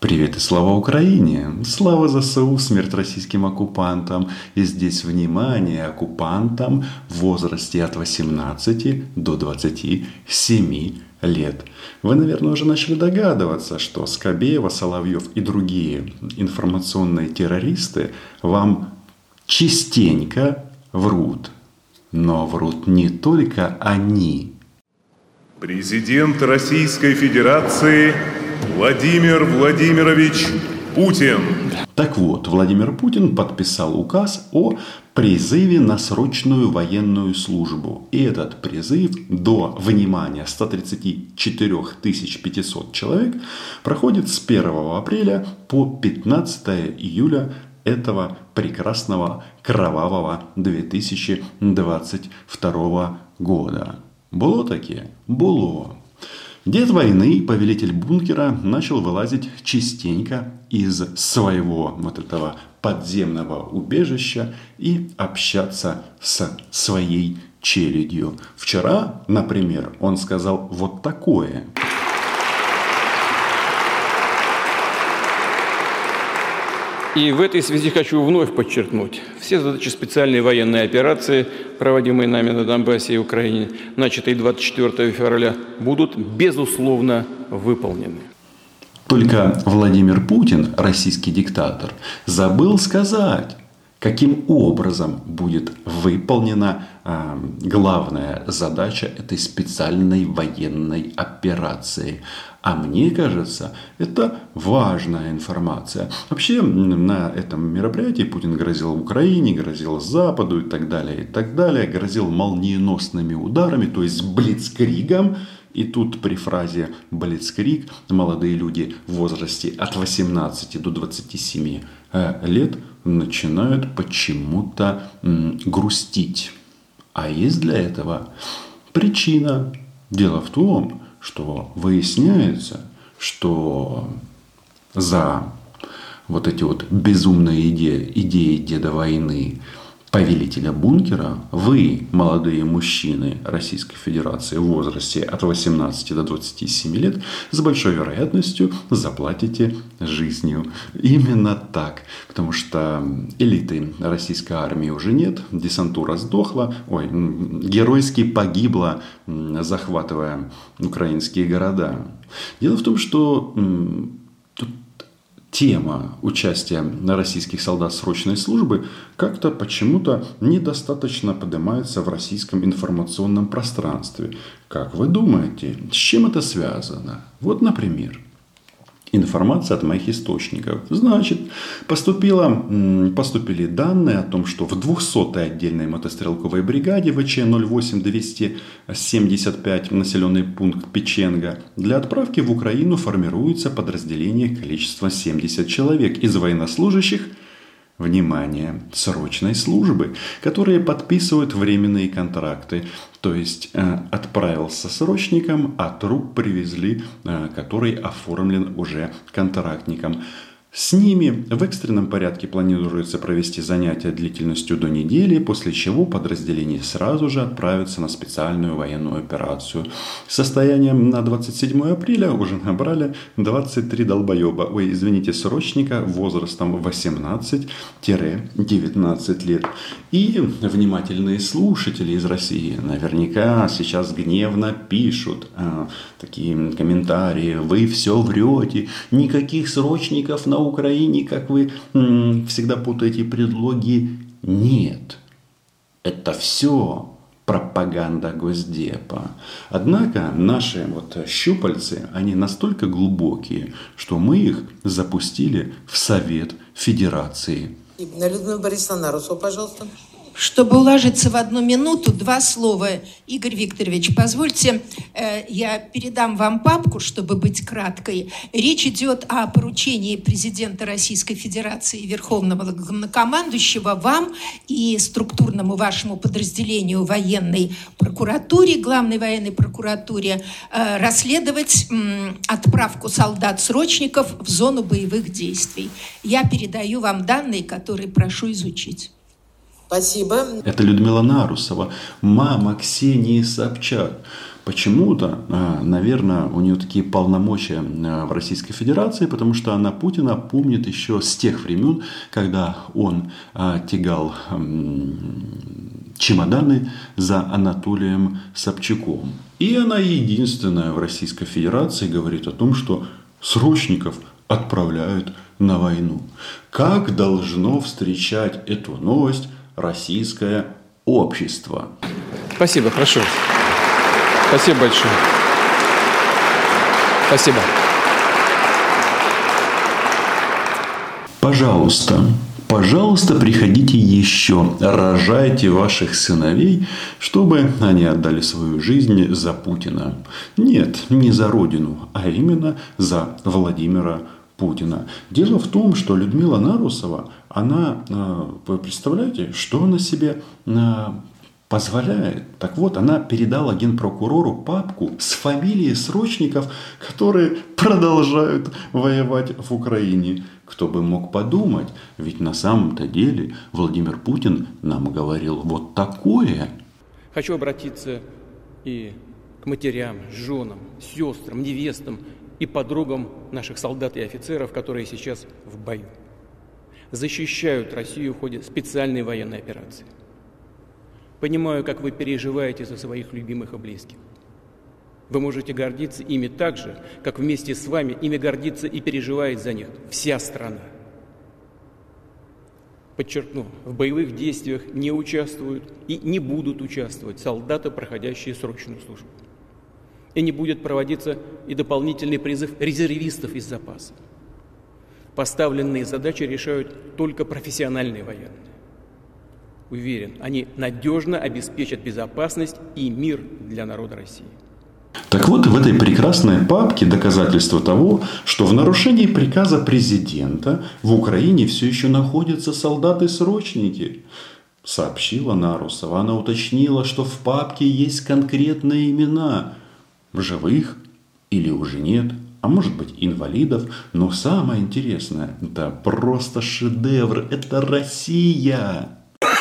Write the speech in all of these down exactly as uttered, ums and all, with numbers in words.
Привет и слава Украине! Слава ЗСУ, смерть российским оккупантам! И здесь внимание оккупантам в возрасте от восемнадцати до двадцати семи лет. Вы, наверное, уже начали догадываться, что Скобеева, Соловьев и другие информационные террористы вам частенько врут. Но врут не только они. Президент Российской Федерации Владимир Владимирович Путин. Так вот, Владимир Путин подписал указ о призыве на срочную военную службу. И этот призыв до, внимания, ста тридцати четырёх тысяч пятисот человек проходит с первого апреля по пятнадцатое июля этого прекрасного кровавого две тысячи двадцать второго года. Было таки? Было. Дед войны, повелитель бункера, начал вылазить частенько из своего вот этого подземного убежища и общаться с своей челядью. Вчера, например, он сказал вот такое. И в этой связи хочу вновь подчеркнуть, все задачи специальной военной операции, проводимые нами на Донбассе и Украине, начатые двадцать четвёртого февраля, будут безусловно выполнены. Только Владимир Путин, российский диктатор, забыл сказать, каким образом будет выполнена э, главная задача этой специальной военной операции. А мне кажется, это важная информация. Вообще на этом мероприятии Путин грозил Украине, грозил Западу и так далее, и так далее. Грозил молниеносными ударами, то есть блицкригом. И тут при фразе «блицкриг» молодые люди в возрасте от восемнадцати до двадцати семи лет начинают почему-то грустить. А есть для этого причина. Дело в том, что выясняется, что за вот эти вот безумные идеи, идеи деда войны, повелителя бункера, вы, молодые мужчины Российской Федерации в возрасте от восемнадцати до двадцати семи лет, с большой вероятностью заплатите жизнью. Именно так. Потому что элиты российской армии уже нет, десантура сдохла, ой, геройски погибла, захватывая украинские города. Дело в том, что тут тема участия российских солдат срочной службы как-то почему-то недостаточно поднимается в российском информационном пространстве. Как вы думаете, с чем это связано? Вот, например, информация от моих источников. Значит, поступило, поступили данные о том, что в двухсотой отдельной мотострелковой бригаде вэ че ноль восемь двести семьдесят пять населенный пункт Печенга для отправки в Украину формируется подразделение количеством семьдесят человек из военнослужащих, внимание, срочной службы, которые подписывают временные контракты. То есть э, отправился срочником, а труп привезли, э, который оформлен уже контрактником. С ними в экстренном порядке планируется провести занятия длительностью до недели, после чего подразделение сразу же отправится на специальную военную операцию. Состоянием на двадцать седьмое апреля уже набрали двадцать три долбоеба, ой, извините, срочника возрастом восемнадцать-девятнадцать лет. И внимательные слушатели из России наверняка сейчас гневно пишут э, такие комментарии: вы все врете, никаких срочников на Украине, как вы м, всегда путаете предлоги, нет. Это все пропаганда Госдепа. Однако наши вот щупальцы, они настолько глубокие, что мы их запустили в Совет Федерации. Людмила Борисовна Нарусова, пожалуйста. Чтобы уложиться в одну минуту, два слова. Игорь Викторович, позвольте, э, я передам вам папку, чтобы быть краткой. Речь идет о поручении президента Российской Федерации, Верховного Главнокомандующего, вам и структурному вашему подразделению военной прокуратуре, главной военной прокуратуре, э, расследовать э, отправку солдат-срочников в зону боевых действий. Я передаю вам данные, которые прошу изучить. Спасибо. Это Людмила Нарусова, мама Ксении Собчак. Почему-то, наверное, у нее такие полномочия в Российской Федерации, потому что она Путина помнит еще с тех времен, когда он тягал чемоданы за Анатолием Собчаком. И она единственная в Российской Федерации говорит о том, что срочников отправляют на войну. Как должно встречать эту новость российское общество? Спасибо, хорошо. Спасибо большое. Спасибо. Пожалуйста, пожалуйста, приходите еще, рожайте ваших сыновей, чтобы они отдали свою жизнь за Путина. Нет, не за Родину, а именно за Владимира Путина. Дело в том, что Людмила Нарусова, она, вы представляете, что она себе позволяет. Так вот, она передала генпрокурору папку с фамилией срочников, которые продолжают воевать в Украине. Кто бы мог подумать, ведь на самом-то деле Владимир Путин нам говорил вот такое. Хочу обратиться и к матерям, женам, сестрам, невестам и подругам наших солдат и офицеров, которые сейчас в бою. Защищают Россию в ходе специальной военной операции. Понимаю, как вы переживаете за своих любимых и близких. Вы можете гордиться ими так же, как вместе с вами ими гордится и переживает за них вся страна. Подчеркну, в боевых действиях не участвуют и не будут участвовать солдаты, проходящие срочную службу. И не будет проводиться и дополнительный призыв резервистов из запаса. Поставленные задачи решают только профессиональные военные. Уверен, они надежно обеспечат безопасность и мир для народа России. Так вот, в этой прекрасной папке доказательство того, что в нарушении приказа президента в Украине все еще находятся солдаты-срочники, сообщила Нарусова. Она уточнила, что в папке есть конкретные имена живых или уже нет, а может быть инвалидов. Но самое интересное, это просто шедевр, это Россия.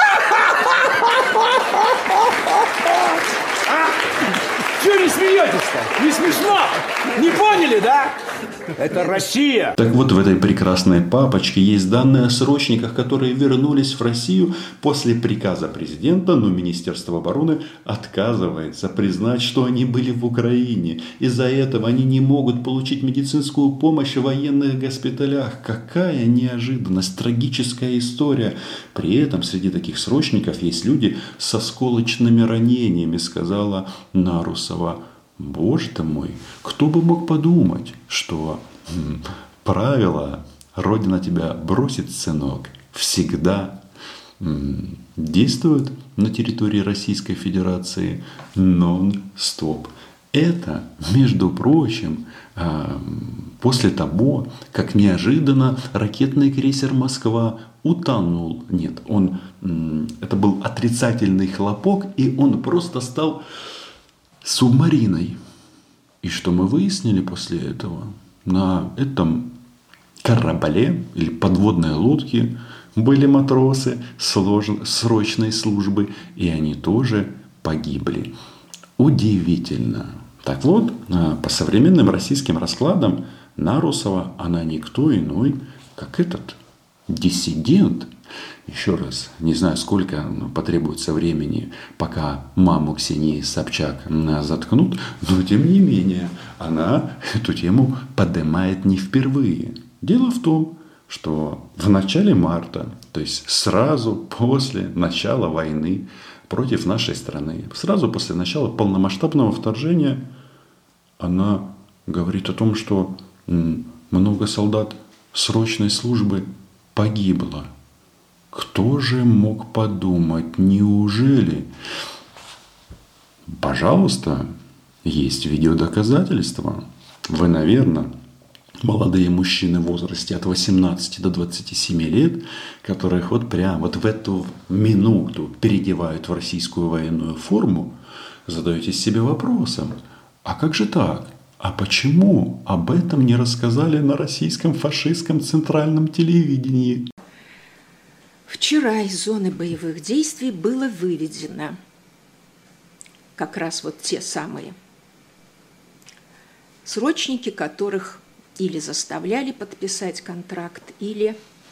Чего не смеетесь-то? Не смешно? Не поняли, да? Это Россия. Так вот, в этой прекрасной папочке есть данные о срочниках, которые вернулись в Россию после приказа президента, но Министерство обороны отказывается признать, что они были в Украине. Из-за этого они не могут получить медицинскую помощь в военных госпиталях. Какая неожиданность, трагическая история. При этом среди таких срочников есть люди с осколочными ранениями, сказала Нарусова. Боже ты мой, кто бы мог подумать, что м, правило «Родина тебя бросит, сынок» всегда м, действует на территории Российской Федерации нон-стоп. Это, между прочим, э, после того, как неожиданно ракетный крейсер «Москва» утонул. Нет, он, м, это был отрицательный хлопок, и он просто стал субмариной. И что мы выяснили после этого? На этом корабле или подводной лодке были матросы срочной службы, и они тоже погибли. Удивительно. Так вот, по современным российским раскладам Нарусова, она никто иной, как этот диссидент. Еще раз, не знаю, сколько потребуется времени, пока маму Ксении Собчак заткнут, но тем не менее, она эту тему поднимает не впервые. Дело в том, что в начале марта, то есть сразу после начала войны против нашей страны, сразу после начала полномасштабного вторжения, она говорит о том, что много солдат срочной службы погибло. Кто же мог подумать, неужели? Пожалуйста, есть видеодоказательства. Вы, наверное, молодые мужчины в возрасте от восемнадцати до двадцати семи лет, которых вот прямо вот в эту минуту переодевают в российскую военную форму, задаетесь себе вопросом, а как же так? А почему об этом не рассказали на российском фашистском центральном телевидении? Вчера из зоны боевых действий было выведено как раз вот те самые срочники, которых или заставляли подписать контракт, или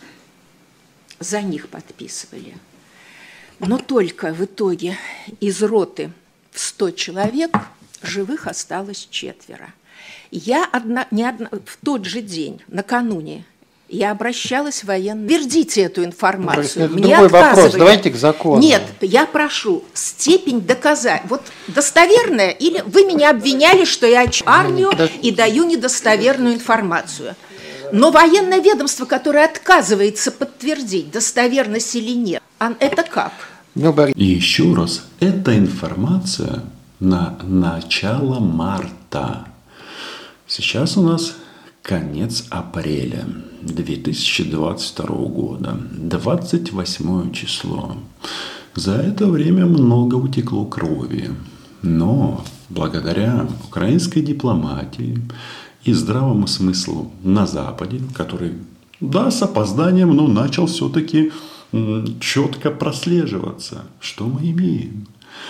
за них подписывали. Но только в итоге из роты в сто человек живых осталось четверо. Я одна, не одна, в тот же день, накануне, я обращалась в военную. Вердите эту информацию. Ну, другой вопрос. Давайте к закону. Нет, я прошу степень доказать. Вот достоверная, или вы меня обвиняли, что я армию да. и даю недостоверную информацию. Но военное ведомство, которое отказывается подтвердить, достоверность или нет, это как? И еще раз, эта информация на начало марта. Сейчас у нас конец апреля две тысячи двадцать второго года, двадцать восьмое число. За это время много утекло крови. Но благодаря украинской дипломатии и здравому смыслу на Западе, который, да, с опозданием, но начал все-таки четко прослеживаться, что мы имеем.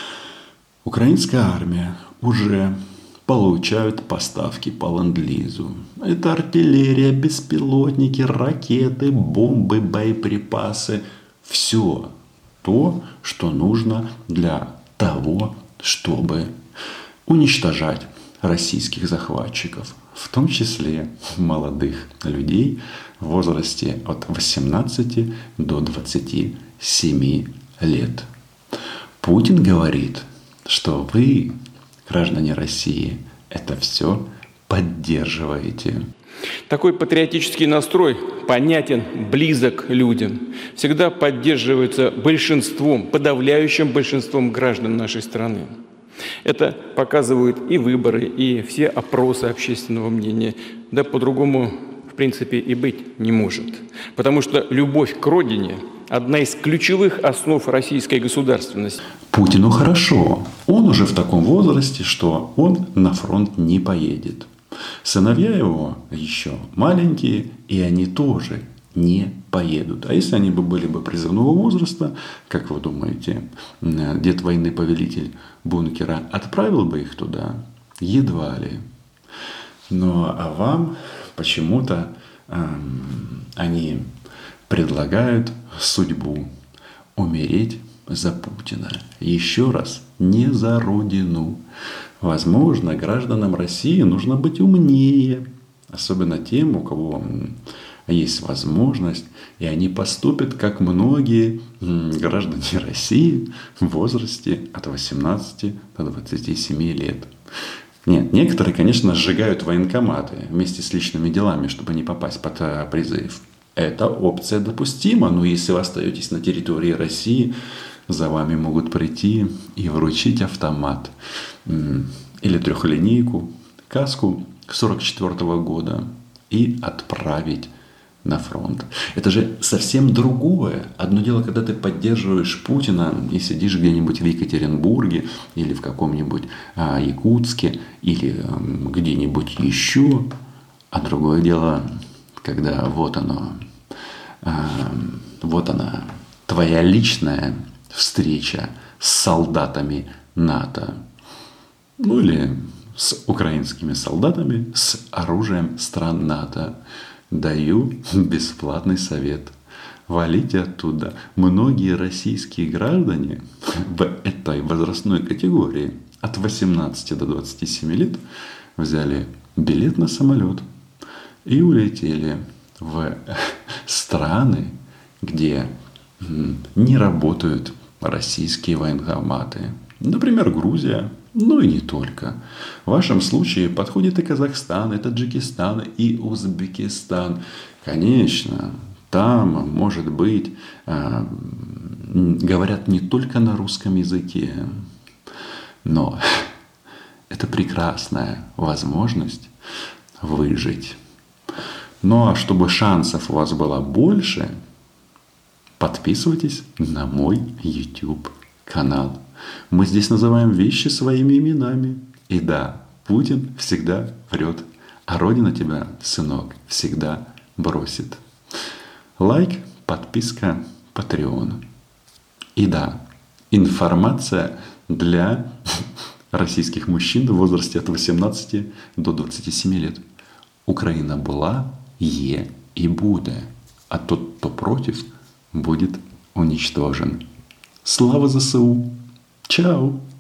Украинская армия уже получают поставки по ленд-лизу. Это артиллерия, беспилотники, ракеты, бомбы, боеприпасы. Все то, что нужно для того, чтобы уничтожать российских захватчиков, в том числе молодых людей в возрасте от восемнадцати до двадцати семи лет. Путин говорит, что вы, граждане России, это все поддерживаете. Такой патриотический настрой понятен, близок людям. Всегда поддерживается большинством, подавляющим большинством граждан нашей страны. Это показывают и выборы, и все опросы общественного мнения. Да по-другому, в принципе, и быть не может. Потому что любовь к родине – одна из ключевых основ российской государственности. Путину хорошо. Он уже в таком возрасте, что он на фронт не поедет. Сыновья его еще маленькие, и они тоже не поедут. А если они бы были бы призывного возраста, как вы думаете, дед войны, повелитель бункера отправил бы их туда? Едва ли. Но а вам почему-то эм, они предлагают судьбу умереть за Путина. Еще раз, не за Родину. Возможно, гражданам России нужно быть умнее, особенно тем, у кого есть возможность, и они поступят, как многие граждане России в возрасте от восемнадцати до двадцати семи лет. Нет, некоторые, конечно, сжигают военкоматы вместе с личными делами, чтобы не попасть под призыв. Эта опция допустима, но если вы остаетесь на территории России, за вами могут прийти и вручить автомат или трехлинейку, каску сорок четвёртого года и отправить на фронт. Это же совсем другое. Одно дело, когда ты поддерживаешь Путина и сидишь где-нибудь в Екатеринбурге или в каком-нибудь а, Якутске или а, где-нибудь еще. А другое дело, когда вот оно, а, вот она, твоя личная встреча с солдатами НАТО. Ну или с украинскими солдатами с оружием стран НАТО. Даю бесплатный совет. Валите оттуда. Многие российские граждане в этой возрастной категории от восемнадцати до двадцати семи лет взяли билет на самолет и улетели в страны, где не работают российские военкоматы. Например, Грузия. Ну и не только. В вашем случае подходит и Казахстан, и Таджикистан, и Узбекистан. Конечно, там, может быть, говорят не только на русском языке, но это прекрасная возможность выжить. Ну а чтобы шансов у вас было больше, подписывайтесь на мой YouTube канал. Мы здесь называем вещи своими именами. И да, Путин всегда врет, а Родина тебя, сынок, всегда бросит. Лайк, подписка, Патреону. И да, информация для российских мужчин в возрасте от восемнадцати до двадцати семи лет. Украина была, є и буде. А тот, кто против, будет уничтожен. Слава ЗСУ! Чао!